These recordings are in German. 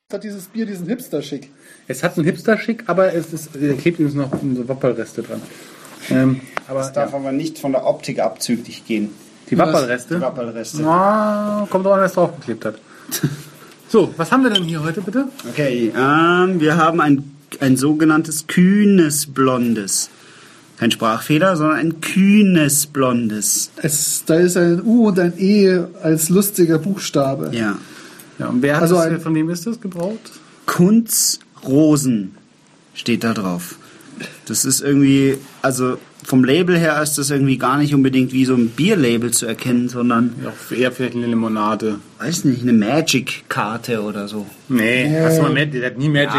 Hat dieses Bier diesen Hipster-Schick? Es hat einen Hipster-Schick, aber da klebt übrigens noch so Wapperreste dran. Das darf aber nicht von der Optik abzüglich gehen. Die Wapperreste? Die Wapperreste. Kommt doch an, wer es draufgeklebt hat. So, was haben wir denn hier heute, bitte? Okay, wir haben ein sogenanntes kühnes Blondes. Kein Sprachfehler, sondern ein kühnes Blondes. Da ist ein U und ein E als lustiger Buchstabe. Ja. Ja, und wer hat Also von wem ist das gebraut? Kunz Rosen steht da drauf. Das ist irgendwie, also vom Label her ist das irgendwie gar nicht unbedingt wie so ein Bierlabel zu erkennen, sondern Ja, eher vielleicht eine Limonade. weiß nicht, eine Magic-Karte oder so. Nee, hast du mal der hat nie Magic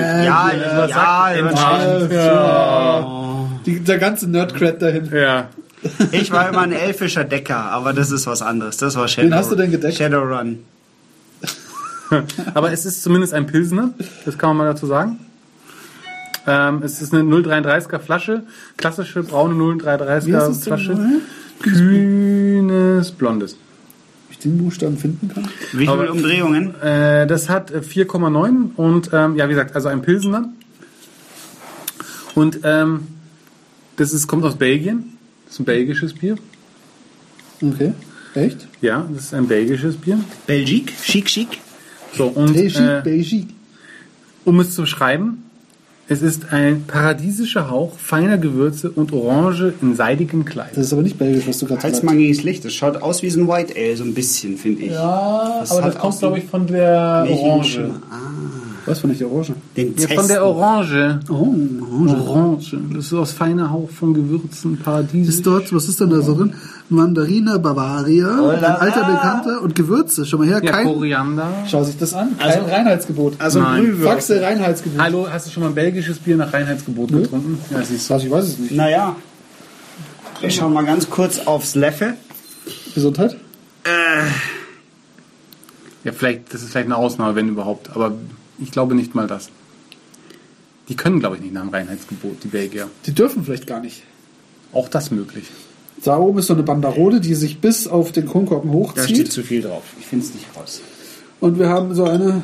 Der ganze Nerdcred dahin. Ja. Ich war immer ein elfischer Decker, aber das ist was anderes. Das war Wen hast du denn gedeckt? Shadowrun. Aber es ist zumindest ein Pilsner, das kann man mal dazu sagen. Es ist eine 0,33er Flasche, klassische braune 0,33er Flasche. Kühnes Blondes. Ob ich den Buchstaben finden kann? Wie viele Umdrehungen? Das hat 4,9 und wie gesagt, also ein Pilsner. Und kommt aus Belgien. Das ist ein belgisches Bier. Okay. Echt? Ja, das ist ein belgisches Bier. Belgique? Chic. So, und Belgique. um es zu beschreiben, es ist ein paradiesischer Hauch feiner Gewürze und Orange in seidigem Kleid. Das ist aber nicht belgisch, was du gerade sagst. Halsmangiges Licht. Das schaut aus wie so ein White Ale, so ein bisschen, finde ich. Ja, Das aber hat das kommt, auch glaube ich, von der Orange. Was von nicht der Orange? Den Ja, von der Orange. Oh, Orange. Das ist aus feiner Hauch von Gewürzen, paradiesisch. Ist dort, was ist denn da so drin? Mandarine, Bavaria, ein alter Bekannter und Gewürze. Schau mal her, Ja, Koriander. Schau sich das an. Kein Reinheitsgebot. Also Nein. Brühwürfel. Faxe Reinheitsgebot. Hallo, hast du schon mal ein belgisches Bier nach Reinheitsgebot getrunken? Ja, siehst du. Ich weiß es nicht. Naja. Wir schauen mal ganz kurz aufs Leffe. Gesundheit? Ja, das ist vielleicht eine Ausnahme, wenn überhaupt. Aber ich glaube nicht mal das. Die können, glaube ich, nicht nach dem Reinheitsgebot, die Belgier. Die dürfen vielleicht gar nicht. Auch das möglich. Da oben ist so eine Banderole, die sich bis auf den Kronkorken Da steht hochzieht. zu viel drauf. Ich finde es nicht raus. Und wir haben so eine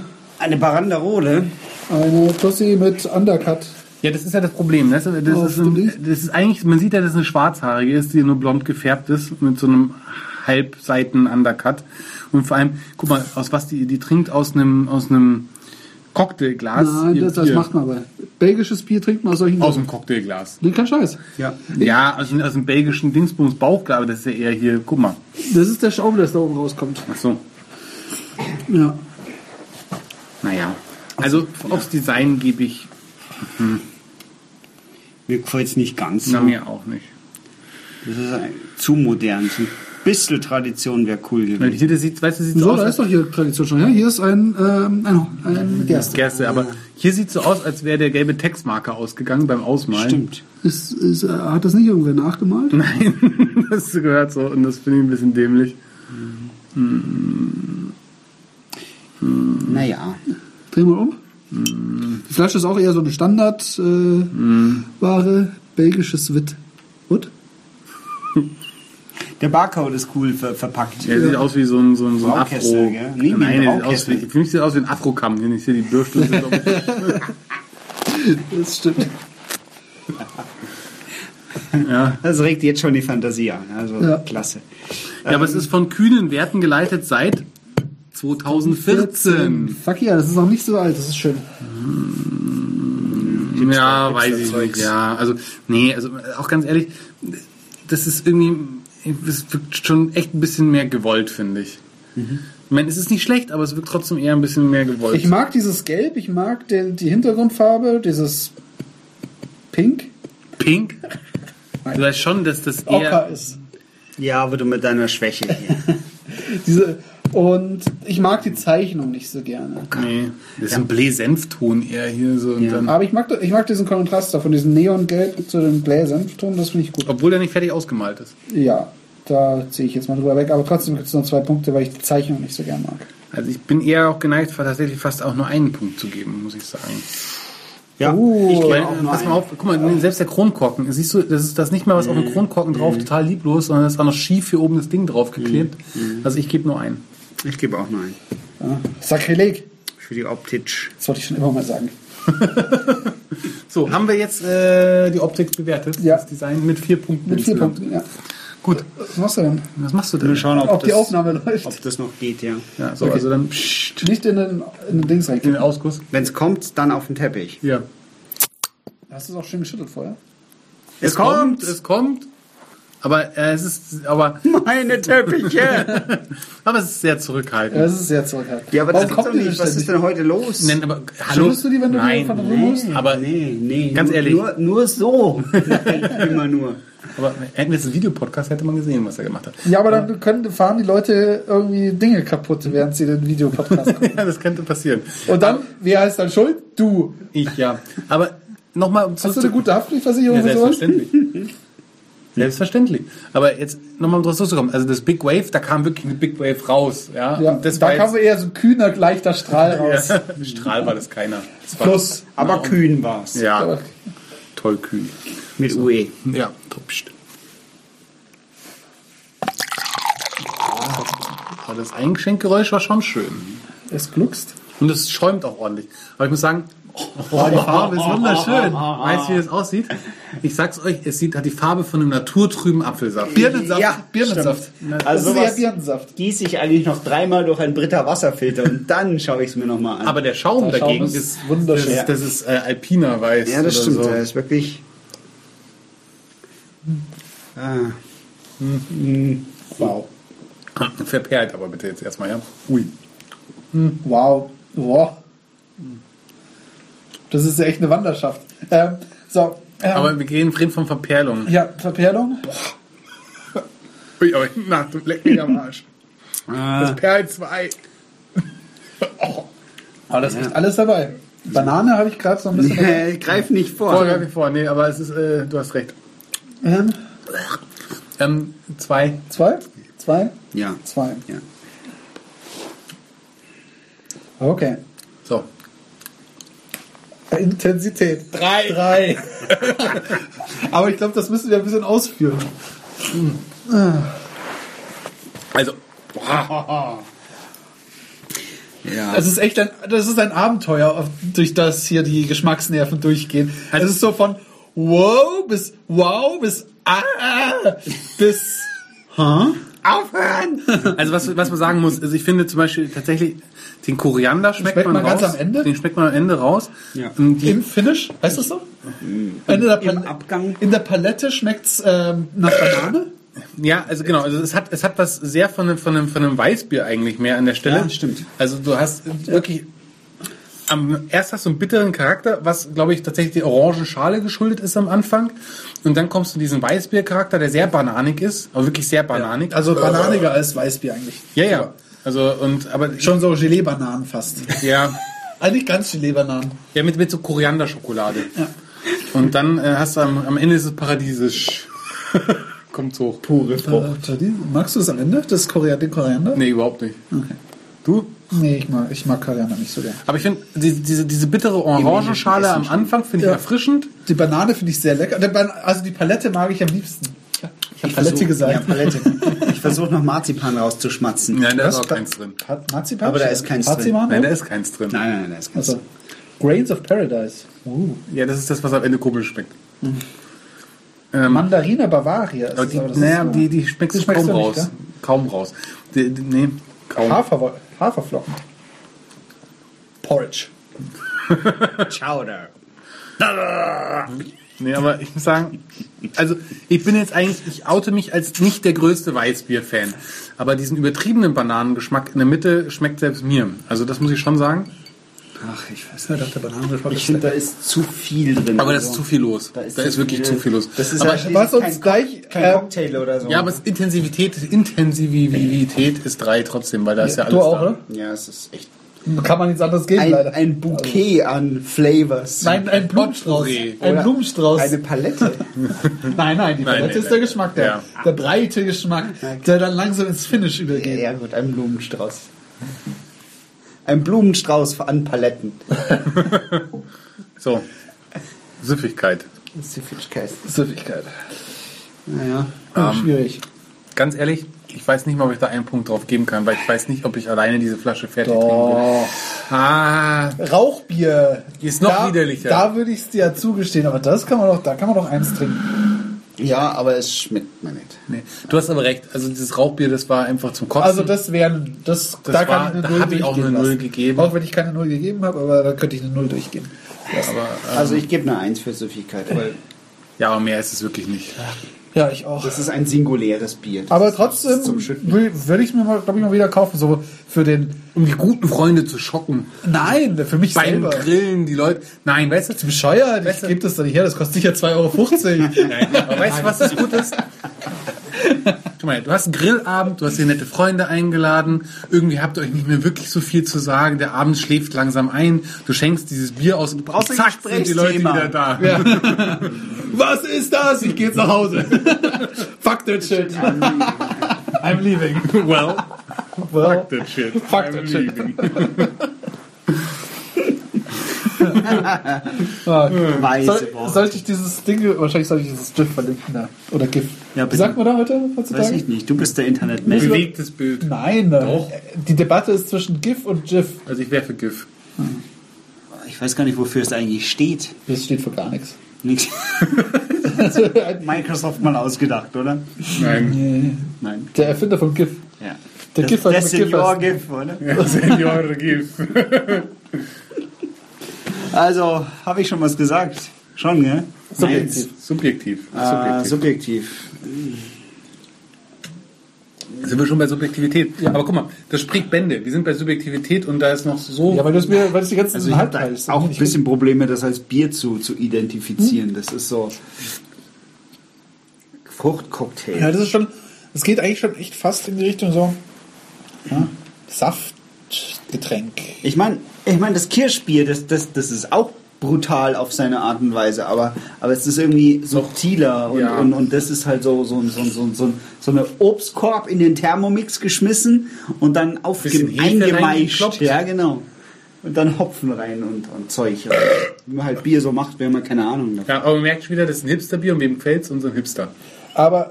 Tussi mit Undercut. Ja, das ist ja das Problem. Das ist eigentlich, man sieht ja, dass es eine Schwarzhaarige ist, die nur blond gefärbt ist, mit so einem Halbseiten-Undercut. Und vor allem, guck mal, aus was die trinkt aus einem Cocktailglas. Nein, das macht man aber. Belgisches Bier trinkt man aus solchen... Aus dem Cocktailglas. Nee, kein Scheiß. Ja, aus dem belgischen Dingsbums Bauchglas, aber das ist ja eher hier, guck mal. Das ist der Schaum, der da oben rauskommt. Ach so. Ja. Naja. Also aufs Design gebe ich, Mir gefällt es nicht ganz so. na, mir auch nicht. Das ist zu modern. So ein bisschen Tradition wäre cool Weil gewesen. hier, das sieht so So, aus, da ist doch hier Tradition schon. Ja, hier ist ein Gerste. Gerste, aber hier sieht so aus, als wäre der gelbe Textmarker ausgegangen beim Ausmalen. Stimmt. Hat das nicht irgendwer nachgemalt? Nein, das gehört so und das finde ich ein bisschen dämlich. Naja. Dreh mal um. Die Flasche ist auch eher so eine Standardware. Belgisches Witt. Gut? Der Barcode ist cool verpackt. Er sieht aus wie so ein Braukessel, Afro. gell? Nee, wie ein Nein, Braukessel. für mich sieht er aus wie ein Afrokamm. Hier sehe die Bürstel. Das stimmt. Ja. Das regt jetzt schon die Fantasie an. Also Ja. klasse. Ja, aber es ist von kühnen Werten geleitet seit 2014. Fuck ja, das ist noch nicht so alt. Das ist schön. Ja, weiß ich nicht. Ja, also, nee, also auch ganz ehrlich, das ist irgendwie, es wirkt schon echt ein bisschen mehr gewollt, finde ich. Ich meine, es ist nicht schlecht, aber es wirkt trotzdem eher ein bisschen mehr gewollt. Ich mag dieses Gelb, ich mag die Hintergrundfarbe, dieses Pink. Pink? Du weißt schon, dass das Ocker eher... ist. Ja, aber du mit deiner Schwäche hier. Und ich mag die Zeichnung nicht so gerne. Nee, das ist ein Bläh-Senfton eher hier so. Und Ja. dann, Aber ich mag diesen Kontrast da von diesem Neongelb zu dem Blähsenfton, das finde ich gut. obwohl der nicht fertig ausgemalt ist. Ja, da ziehe ich jetzt mal drüber weg. Aber trotzdem gibt es noch 2 Punkte, weil ich die Zeichnung nicht so gern mag. Also ich bin eher auch geneigt, tatsächlich fast auch nur einen Punkt zu geben, muss ich sagen. Ja, Oh, ich Weil, gebe auch nur pass mal einen. auf, guck mal, selbst der Kronkorken, siehst du, das ist das nicht mal was auf dem Kronkorken drauf, total lieblos, sondern es war noch schief hier oben das Ding draufgeklebt. Also ich gebe nur einen. Ich gebe auch nur einen. Ja. Sakrileg. Für die Optik. Das wollte ich schon immer mal sagen. So, haben wir jetzt die Optik bewertet? Ja. Das Design mit 4 Punkten. Mit 4 Punkten, ja. Gut. Was machst du denn? Was machst du denn? Wir schauen, Ob die Aufnahme läuft. ob das noch geht, ja. Ja, so, Okay. also dann Nicht in den Dings rein. in den Ausguss. Wenn es kommt, dann auf den Teppich. Ja. Hast du es auch schön geschüttelt vorher? Es kommt. Aber Meine Teppiche! aber es ist sehr zurückhaltend. Ja, das ist sehr zurückhaltend. Ja, aber das Warum gibt's doch nicht. Was ist denn heute los? Nein, aber hallo. Schüttelst du die, wenn du Nein, von der Brille musst? aber Nee. Ganz ehrlich. Nur so. Immer nur. Aber hätten wir jetzt einen Videopodcast, hätte man gesehen, was er gemacht hat. Ja, aber dann fahren die Leute irgendwie Dinge kaputt, während sie den Videopodcast gucken. Ja, das könnte passieren. Und dann, wer heißt dann schuld? Du. Ich, ja. Aber nochmal... Hast du eine gute Haftpflichtversicherung Ja, oder sowas? selbstverständlich. Selbstverständlich. Aber jetzt nochmal drauf zurückzukommen. Also das Big Wave, da kam wirklich eine Big Wave raus. Ja, Ja, und das da war kam eher so ein kühner, leichter Strahl raus. ja, Strahl war das keiner. Das war, Plus. Aber kühn war's. ja, toll kühl. Mit UE. Ja, topst. Aber das Eingeschenkgeräusch war schon schön. Es gluckst. Und es schäumt auch ordentlich. Aber ich muss sagen, boah, die Farbe ist wunderschön. Weißt du, wie das aussieht? Ich sag's euch, hat die Farbe von einem naturtrüben Apfelsaft. Birnensaft. Ja, Birnensaft. Also das ist eher sowas Birnensaft. gieße ich eigentlich noch 3-mal durch einen Brita Wasserfilter und dann schaue ich es mir nochmal an. Aber der Schaum Der Schaum dagegen ist ist wunderschön. Das ist Alpina Weiß. ja, das oder stimmt. So. Der ist wirklich... Wow. Verperlt aber bitte jetzt erstmal, ja? Ui. Wow. Wow. Das ist ja echt eine Wanderschaft. Aber wir gehen fremd von Verperlung. ja, Verperlung. Ui, aber na, du leck mich am Arsch. Das Perl 2. Aber das ist alles dabei. Banane habe ich gerade so ein bisschen. Ich greif nicht vor. Vorher wie vor. Nee, aber es ist, du hast recht. 2. 2? 2? Ja. 2. Ja. Okay. So. Intensität. 3. Aber ich glaube, das müssen wir ein bisschen ausführen. Also, Ja. Das ist echt ein Abenteuer, durch das hier die Geschmacksnerven durchgehen. Also es ist so von wow bis bis Aufhören! also was man sagen muss, also ich finde zum Beispiel tatsächlich, den Koriander schmeckt man ganz raus. am Ende? Den schmeckt man am Ende raus. Ja. im Finish, heißt das so? Im Abgang. In der Palette schmeckt's nach Banane. Ja, also genau, also es hat was sehr von einem Weißbier eigentlich mehr an der Stelle. Ja, stimmt. Also du hast wirklich erst hast du einen bitteren Charakter, was glaube ich tatsächlich die Orangenschale geschuldet ist am Anfang, und dann kommst du diesen Weißbier-Charakter, der sehr bananig ist, aber wirklich sehr bananig. Also bananiger als Weißbier eigentlich. Ja. Also aber Schon so Gelee-Bananen fast. ja, Eigentlich ganz Gelee-Bananen. ja mit so Korianderschokolade. Ja. Und dann hast du am Ende ist es paradiesisch. Kommt's hoch. Pure Frucht. Magst du es am Ende, den Koriander? Nee, überhaupt nicht. Okay. Du? Nee, ich mag Koriander nicht so gern. Aber ich finde, diese bittere Orangenschale am Anfang finde ich erfrischend. Die Banane finde ich sehr lecker. Also die Palette mag ich am liebsten. Ich habe Palette gesagt. Ja, Palette. Ich versuche noch Marzipan rauszuschmatzen. Nein, da ist Was? auch keins drin. Marzipan? Aber da ist keins drin. Marzipan? Nein, da ist keins drin. Nein, da ist keins. Also, Grains of Paradise. Ja, das ist das, was am Ende komisch schmeckt. Mandarine Bavaria. Aber die schmeckst du schmeckst kaum du nicht, raus. gell? Kaum raus. Nee, kaum. Haferflocken. Porridge. Chowder. Nee, aber ich muss sagen, also ich oute mich als nicht der größte Weißbier-Fan. Aber diesen übertriebenen Bananengeschmack in der Mitte schmeckt selbst mir. Also das muss ich schon sagen. Ach, ich weiß Ja, der Bananengeschmack Ich finde, da ist zu viel drin. Aber da ist zu viel los. Da ist wirklich zu viel los. Das ist Aber ja was uns kein gleich, kein Cocktail oder so. ja, aber Intensivität ist 3 trotzdem, weil da ist ja alles du auch, da. oder? Ja, es ist echt Kann man nichts anderes geben, leider. ein Bouquet an Flavors. Nein, ein Blumenstrauß. Potpourri. Ein Oder Blumenstrauß. Eine Palette. Nein, die Palette nein, ist der Geschmack, der breite Geschmack, der dann langsam ins Finish übergeht. Ja gut, ein Blumenstrauß. Ein Blumenstrauß an Paletten. So. Süffigkeit. Süffigkeit. Süffigkeit. Naja. Schwierig. Ganz ehrlich, ich weiß nicht mal, ob ich da einen Punkt drauf geben kann, weil ich weiß nicht, ob ich alleine diese Flasche fertig trinken will. Rauchbier. Die ist noch widerlicher. Da würde ich es dir ja zugestehen, aber da kann man doch eins trinken. Ja, aber es schmeckt mir nicht. Nee. Du hast aber recht, also dieses Rauchbier, das war einfach zum Kotzen. Also da kann ich eine Null habe ich auch eine Null gegeben. Auch wenn ich keine Null gegeben habe, aber da könnte ich eine Null durchgeben. Ja, aber, also ich gebe eine 1 für Süffigkeit, weil ja, aber mehr ist es wirklich nicht. Ja, ich auch. das ist ein singuläres Bier. Aber trotzdem würde ich mir mal, glaube ich, mal wieder kaufen, so für den... Um die guten Freunde zu schocken. Nein, für mich Beim selber. Grillen, die Leute... Nein, weißt du, Bescheuert, ich gebe das doch nicht her, das kostet sicher 2,50 €. Nein, aber weißt du, was das gut ist? Guck mal, du hast einen Grillabend, du hast hier nette Freunde eingeladen, irgendwie habt ihr euch nicht mehr wirklich so viel zu sagen, der Abend schläft langsam ein, du schenkst dieses Bier aus und brauchst ein zack, sind die Leute Gesprächsthema. wieder da. Ja. Was ist das? Ich gehe jetzt nach Hause. Fuck that shit. I'm leaving. Well, Well, fuck that shit. Fuck I'm that shit. leaving. Weiße Worte. Sollte ich dieses Ding, wahrscheinlich sollte ich dieses GIF verlinken, da. Oder GIF. Ja, Wie bitte. sagt man da heute heutzutage? Weiß ich nicht, du bist der Internetmensch. Bewegtes Bild. Nein, Doch. Die Debatte ist zwischen GIF und GIF. Also ich wäre für GIF. Ich weiß gar nicht, wofür es eigentlich steht. Das steht für gar nichts. Nix. Microsoft mal ausgedacht, oder? Nein. Nein. Der Erfinder von GIF. Ja. Der Das, GIF der hat mit GIF Senior heißt. GIF, oder? Ja, Senior GIF. Also, habe ich schon was gesagt? Schon, gell? Subjektiv. Subjektiv. Subjektiv. Sind wir schon bei Subjektivität? Ja. Aber guck mal, das spricht Bände. Wir sind bei Subjektivität und da ist noch so... Ja, weil das die ganzen Also ich habe da Halbteils auch ein bisschen Probleme, das als Bier zu identifizieren. Das ist so Fruchtcocktail. Ja, das ist schon, es geht eigentlich schon echt fast in die Richtung so, ja, Saftgetränk. Ich meine, das Kirschbier, das ist auch brutal auf seine Art und Weise, aber es ist irgendwie subtiler und, Ja. und das ist halt so eine Obstkorb in den Thermomix geschmissen und dann Bisschen Hefe eingemeischt. reingekloppt. Ja, genau. Und dann Hopfen rein und Zeug. Wie man halt Bier so macht, wenn man keine Ahnung davon. Ja, aber man merkt schon wieder, das ist ein Hipsterbier und wem gefällt es? Unseren Hipster. Aber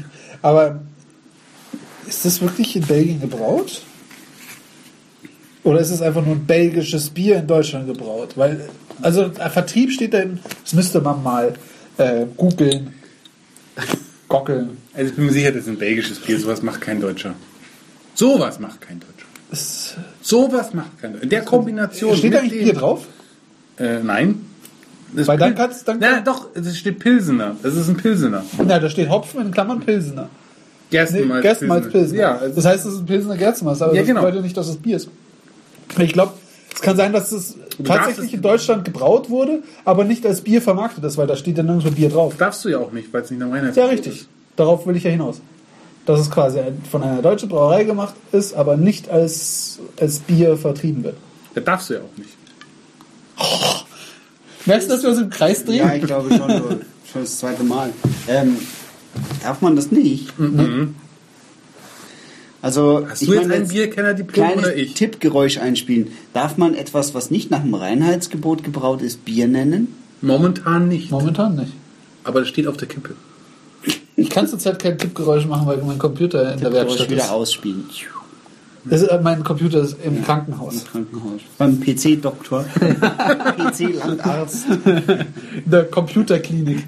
ist das wirklich in Belgien gebraut? Oder ist es einfach nur ein belgisches Bier in Deutschland gebraut? Weil, also Vertrieb steht da, das müsste man mal googeln, gockeln. Also ich bin mir sicher, das ist ein belgisches Bier. Sowas macht kein Deutscher. Sowas macht kein Deutscher. Sowas macht kein Deutscher. In der Kombination. Steht da mit eigentlich dem- Bier drauf? Nein. Das Weil dann Pil- kannst dann Na doch, es steht Pilsener. Das ist ein Pilsener. na, da steht Hopfen in Klammern Pilsener. Nee, Gerstenmalz. Gerstenmalz Pilsener. Ja, also Das heißt, es ist ein Pilsener Gerstenmalz, aber Ja, das genau. bedeutet nicht, dass es Bier ist. Ich glaube, es kann sein, dass es Du darfst tatsächlich es- in Deutschland gebraut wurde, aber nicht als Bier vermarktet ist, weil da steht dann nirgendwo Bier drauf. darfst du ja auch nicht, weil es nicht nach Ja, Reinheitsgebot richtig. ist. Darauf will ich ja hinaus. Dass es quasi von einer deutschen Brauerei gemacht ist, aber nicht als Bier vertrieben wird. Das darfst du ja auch nicht. Merkst du, dass wir uns im Kreis drehen? Ja, ich glaube schon, schon das zweite Mal. Darf man das nicht? Also, Hast du jetzt ein Bierkenner-Diplom kleines oder ich? Tippgeräusch einspielen. Darf man etwas, was nicht nach dem Reinheitsgebot gebraut ist, Bier nennen? Momentan nicht. Momentan nicht. Aber das steht auf der Kippe. Ich kann zurzeit kein Tippgeräusch machen, weil mein Computer in der Tippgeräusch Werkstatt wieder ist. ausspielen. Mein Computer ist im Krankenhaus. Krankenhaus. Beim PC-Doktor. PC-Landarzt. In der Computerklinik.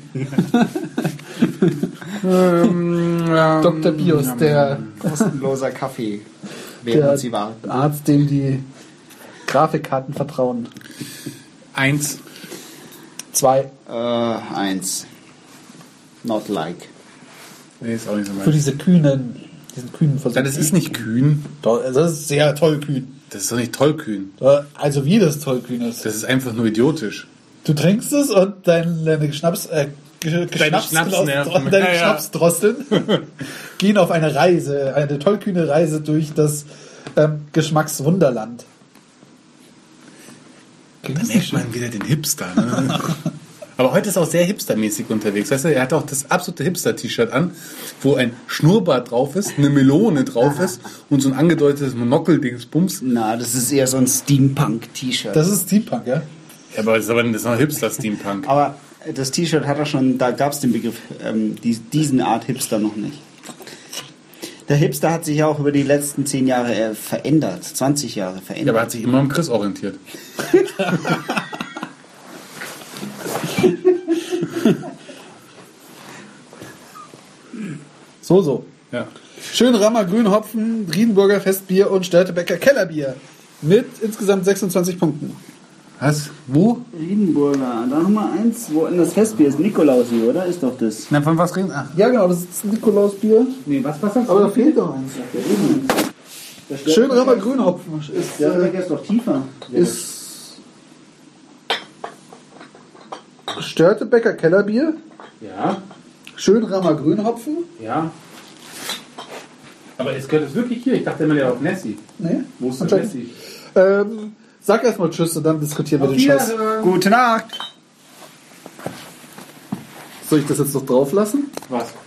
Dr. Bios, der Kostenloser Kaffee, während Sie der warten. Arzt, dem die Grafikkarten vertrauen. 1. 2. 1. Not like. Nee, ist auch nicht so Für meins. diesen kühnen Versuch. Ja, das ist nicht kühn. Doch, das ist sehr tollkühn. Das ist doch nicht tollkühn. Also wie das tollkühn ist. Das ist einfach nur idiotisch. Du trinkst es und deine Schnapsnerven. deine Ja, ja. Schnapsdrosseln gehen auf eine Reise, eine tollkühne Reise durch das Geschmackswunderland. Da merkt man wieder den Hipster. Ne? Aber heute ist er auch sehr hipstermäßig unterwegs. Weißt du, er hat auch das absolute Hipster-T-Shirt an, wo ein Schnurrbart drauf ist, eine Melone drauf ist und so ein angedeutetes Monokel-Dingsbums. Na, das ist eher so ein Steampunk-T-Shirt. Das ist Steampunk, ja? Ja, aber das ist noch Hipster-Steampunk. Aber das T-Shirt hat er schon, da gab es den Begriff, diesen Art Hipster noch nicht. Der Hipster hat sich ja auch über die letzten 10 Jahre verändert, 20 Jahre Ja, verändert. aber hat sich immer am Chris orientiert. So. Ja. Schön Rammer Grünhopfen, Riedenburger Festbier und Störtebecker Kellerbier. Mit insgesamt 26 Punkten. Was? Wo? Riedenburger, da haben wir eins, wo in das Festbier ist. Nikolausi, oder? Ist doch das. Na, von was reden? Ach, Ja, genau, das ist ein Nikolausbier. nee, was sagst du? Aber da fehlt doch eins. Schön Rammer Grünhopfen ist, Störtebecker ist doch tiefer. ist Störtebecker Kellerbier. Ja, Schön Rammer Grünhopfen. ja. Aber es gehört es wirklich hier? Ich dachte immer, der auf Nessie. Nee. Wo ist der Anscheinend. Nessie? Sag erstmal Tschüss und dann diskutieren wir den Scheiß. Gute Nacht! Soll ich das jetzt noch drauf lassen? Was?